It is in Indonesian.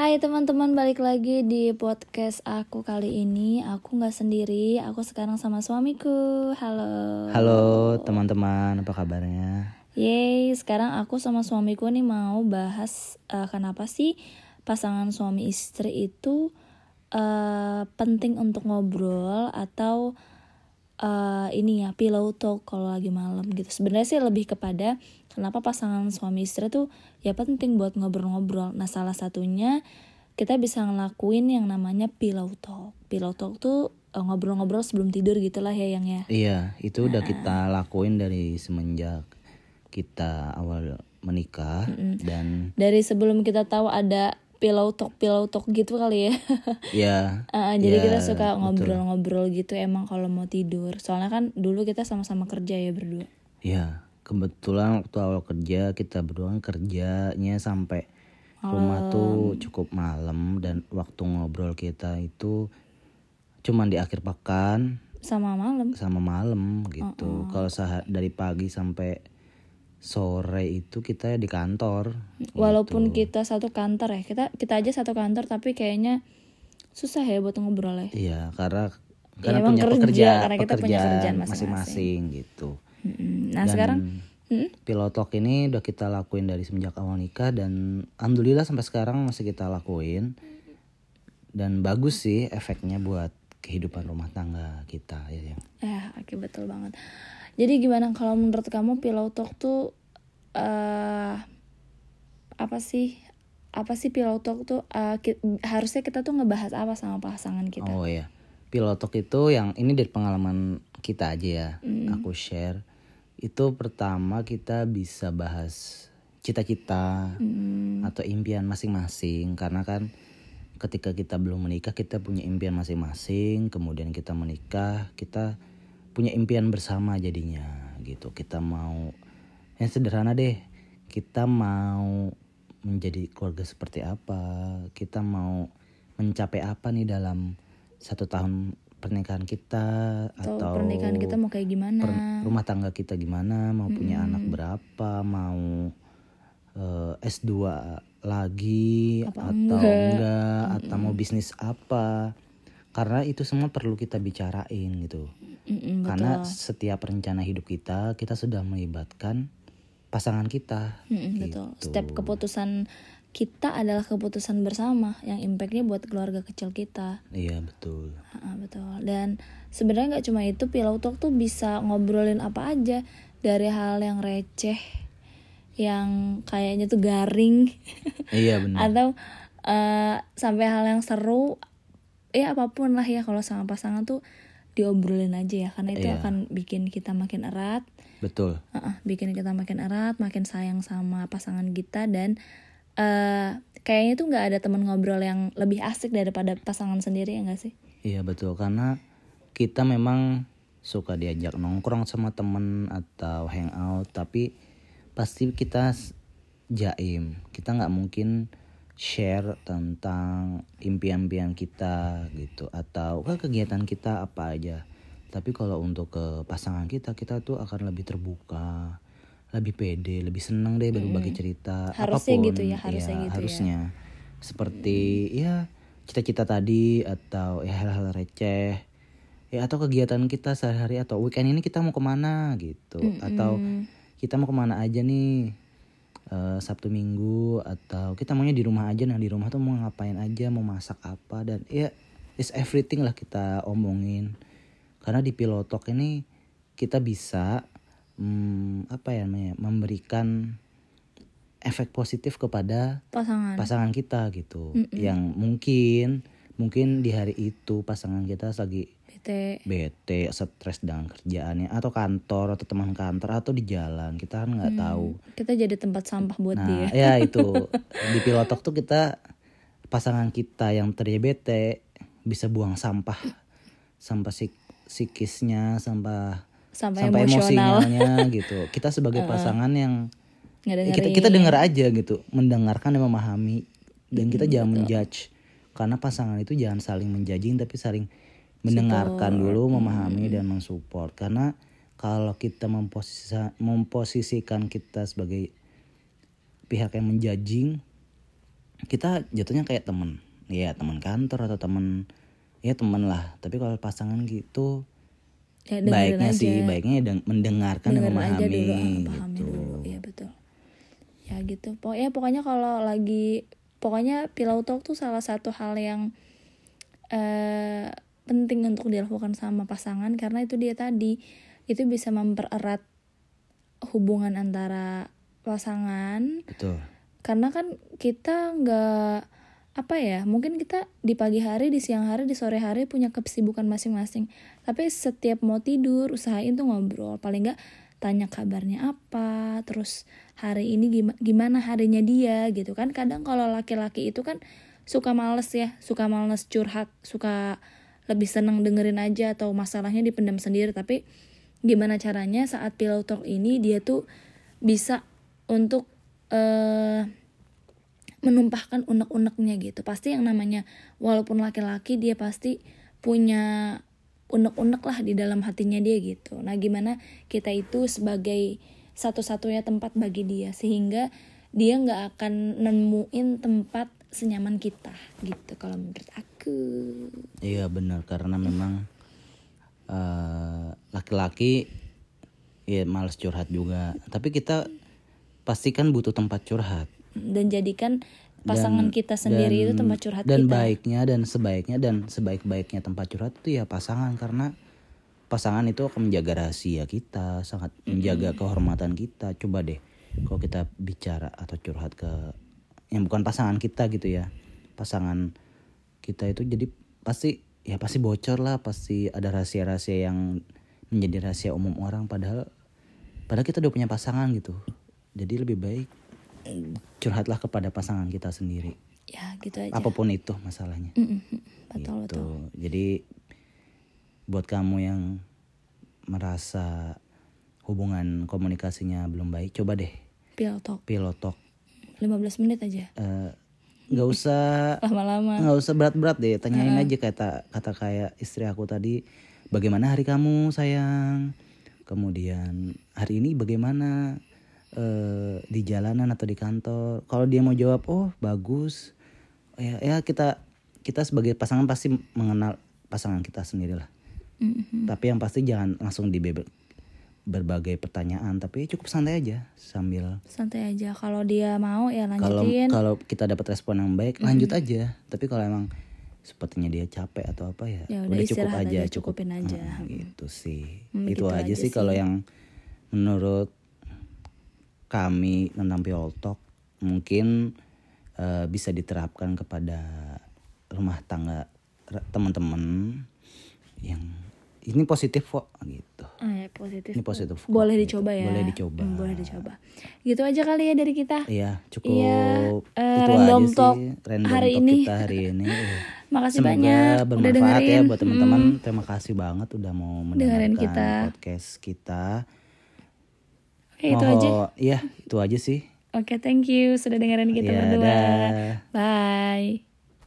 Hai teman-teman, balik lagi di podcast aku kali ini. Aku gak sendiri, aku sekarang sama suamiku. Halo. Halo teman-teman, apa kabarnya? Yeay, sekarang aku sama suamiku nih mau bahas kenapa sih pasangan suami istri itu penting untuk ngobrol atau pillow talk kalau lagi malam gitu. Sebenarnya sih lebih kepada kenapa pasangan suami istri tuh ya penting buat ngobrol-ngobrol. Nah, salah satunya kita bisa ngelakuin yang namanya pillow talk. Pillow talk tuh ngobrol-ngobrol sebelum tidur gitulah ya yang ya. Iya, itu udah kita lakuin dari semenjak kita awal menikah. Dan dari sebelum kita tahu ada pillow talk gitu kali ya. ya Jadi ya, kita suka betul. ngobrol-ngobrol gitu emang kalau mau tidur. Soalnya kan dulu kita sama-sama kerja ya berdua. Ya, kebetulan waktu awal kerja kita berdua kan kerjanya sampai rumah tuh cukup malam. Dan waktu ngobrol kita itu cuman di akhir pekan Sama malam gitu. Kalau dari pagi sampai sore itu kita di kantor. Walaupun gitu. kita satu kantor ya, kita aja satu kantor tapi kayaknya susah ya buat ngobrol ya. Iya, karena emang punya karena kita punya kerjaan masing-masing gitu. Nah, Dan sekarang pillow talk ini udah kita lakuin dari semenjak awal nikah dan alhamdulillah sampai sekarang masih kita lakuin. Dan bagus sih efeknya buat kehidupan rumah tangga kita ya. Oke, betul banget. Jadi gimana kalau menurut kamu pillow talk tuh apa sih pillow talk tuh harusnya kita tuh ngebahas apa sama pasangan kita? Oh iya, pillow talk itu yang ini dari pengalaman kita aja ya. Aku share. Itu pertama kita bisa bahas cita-cita atau impian masing-masing. Karena kan ketika kita belum menikah kita punya impian masing-masing. Kemudian kita menikah, kita punya impian bersama jadinya gitu. Kita mau yang sederhana deh, kita mau menjadi keluarga seperti apa, kita mau mencapai apa nih dalam 1 tahun pernikahan kita, atau pernikahan kita mau kayak gimana, rumah tangga kita gimana, mau punya anak berapa, mau S2 lagi atau enggak, atau mau bisnis apa. Karena itu semua perlu kita bicarain gitu. Karena setiap rencana hidup kita sudah melibatkan pasangan kita. Betul. Setiap keputusan kita adalah keputusan bersama yang impactnya buat keluarga kecil kita. Iya, betul. Betul. Dan sebenarnya nggak cuma itu, pillow talk tuh bisa ngobrolin apa aja, dari hal yang receh yang kayaknya tuh garing Iya, benar. atau sampai hal yang seru. Apapun lah ya, kalau sama pasangan tuh diobrolin aja ya, karena itu akan bikin kita makin erat. Betul. Bikin kita makin erat, makin sayang sama pasangan kita. Dan kayaknya tuh nggak ada teman ngobrol yang lebih asik daripada pasangan sendiri, ya nggak sih? Iya, betul. Karena kita memang suka diajak nongkrong sama temen atau hangout, tapi pasti kita jaim. Kita nggak mungkin share tentang impian-impian kita gitu, atau kegiatan kita apa aja. Tapi kalau untuk ke pasangan kita tuh akan lebih terbuka, lebih pede, lebih senang deh berbagi cerita. Harusnya apapun. gitu ya, harusnya. Seperti cita-cita tadi, atau hal-hal receh, atau kegiatan kita sehari-hari, atau weekend ini kita mau kemana gitu, atau kita mau kemana aja nih Sabtu Minggu, atau kita maunya di rumah aja. Nah, di rumah tuh mau ngapain aja, mau masak apa, dan is everything lah kita omongin. Karena di pillow talk ini kita bisa memberikan efek positif kepada pasangan kita gitu. Yang mungkin di hari itu pasangan kita lagi bete, stres dengan kerjaannya, atau kantor, atau teman kantor, atau di jalan, kita kan nggak tahu. Kita jadi tempat sampah buat dia. Ya itu di pillow talk tuh kita, pasangan kita yang tadi bete bisa buang sampah psikisnya, sampai emosionalnya gitu. Kita sebagai pasangan yang kita dengar aja gitu, mendengarkan dan memahami, dan kita jangan menjudge. Karena pasangan itu jangan saling menjudging, tapi saling mendengarkan dulu, memahami dan mensupport. Karena kalau kita memposisikan kita sebagai pihak yang menjudging, kita jatuhnya kayak temen, ya teman kantor atau temen lah. Tapi kalau pasangan gitu Ya dengerin baiknya aja. sih mendengarkan dan Dengerin aja dulu, memahami pahami gitu. dulu. Iya betul. Ya gitu. Pokoknya kalau lagi pillow talk tuh salah satu hal yang penting untuk dilakukan sama pasangan, karena itu dia tadi itu bisa mempererat hubungan antara pasangan. Betul. Karena kan kita nggak mungkin kita di pagi hari, di siang hari, di sore hari punya kesibukan masing-masing, tapi setiap mau tidur usahain tuh ngobrol, paling nggak tanya kabarnya apa, terus hari ini gimana harinya dia gitu kan. Kadang kalau laki-laki itu kan suka males curhat, suka lebih seneng dengerin aja atau masalahnya dipendam sendiri. Tapi gimana caranya saat pillow talk ini dia tuh bisa untuk menumpahkan unek-uneknya gitu. Pasti yang namanya walaupun laki-laki dia pasti punya unek-unek lah di dalam hatinya dia gitu. Nah gimana kita itu sebagai satu-satunya tempat bagi dia, sehingga dia gak akan nemuin tempat senyaman kita gitu kalau menurut aku. Iya benar, karena memang laki-laki ya malas curhat juga, tapi kita pastikan butuh tempat curhat. Dan jadikan pasangan kita sendiri itu tempat curhat dan kita. Baiknya dan sebaiknya dan sebaik-baiknya tempat curhat itu ya pasangan, karena pasangan itu akan menjaga rahasia kita, sangat menjaga kehormatan kita. Coba deh kalau kita bicara atau curhat ke yang bukan pasangan kita gitu ya, pasangan kita itu jadi pasti bocor lah, pasti ada rahasia-rahasia yang menjadi rahasia umum orang, padahal kita udah punya pasangan gitu. Jadi lebih baik curhatlah kepada pasangan kita sendiri. Ya gitu aja. Apapun itu masalahnya. Betul. Jadi buat kamu yang merasa hubungan komunikasinya belum baik, coba deh pillow talk 15 menit aja. Nggak usah lama-lama. Nggak usah berat-berat deh. Tanyain aja kata kayak istri aku tadi, bagaimana hari kamu sayang? Kemudian hari ini bagaimana di jalanan atau di kantor. Kalau dia mau jawab oh bagus, ya kita sebagai pasangan pasti mengenal pasangan kita sendirilah. Tapi yang pasti jangan langsung di berbagai pertanyaan, tapi cukup santai aja Kalau dia mau ya lanjutin. Kalau kita dapat respon yang baik lanjut aja. Tapi kalau emang sepertinya dia capek atau apa ya udah cukupin aja. Gitu sih. Gitu Itu aja sih kalau yang menurut kami tentang pillow talk mungkin bisa diterapkan kepada rumah tangga teman-teman yang ini positif kok gitu. Positif. Ini positif. Boleh dicoba ya. Boleh dicoba. Boleh dicoba. Gitu aja kali ya dari kita. Iya, cukup. Itu random aja talk sih. Random hari talk ini. kita hari ini. Makasih Semoga banyak bermanfaat udah dengerin. ya buat teman-teman. Terima kasih banget udah mau mendengarkan podcast kita. Oke, itu aja. Iya, itu aja sih. Oke, thank you sudah dengerin kita berdua. Bye.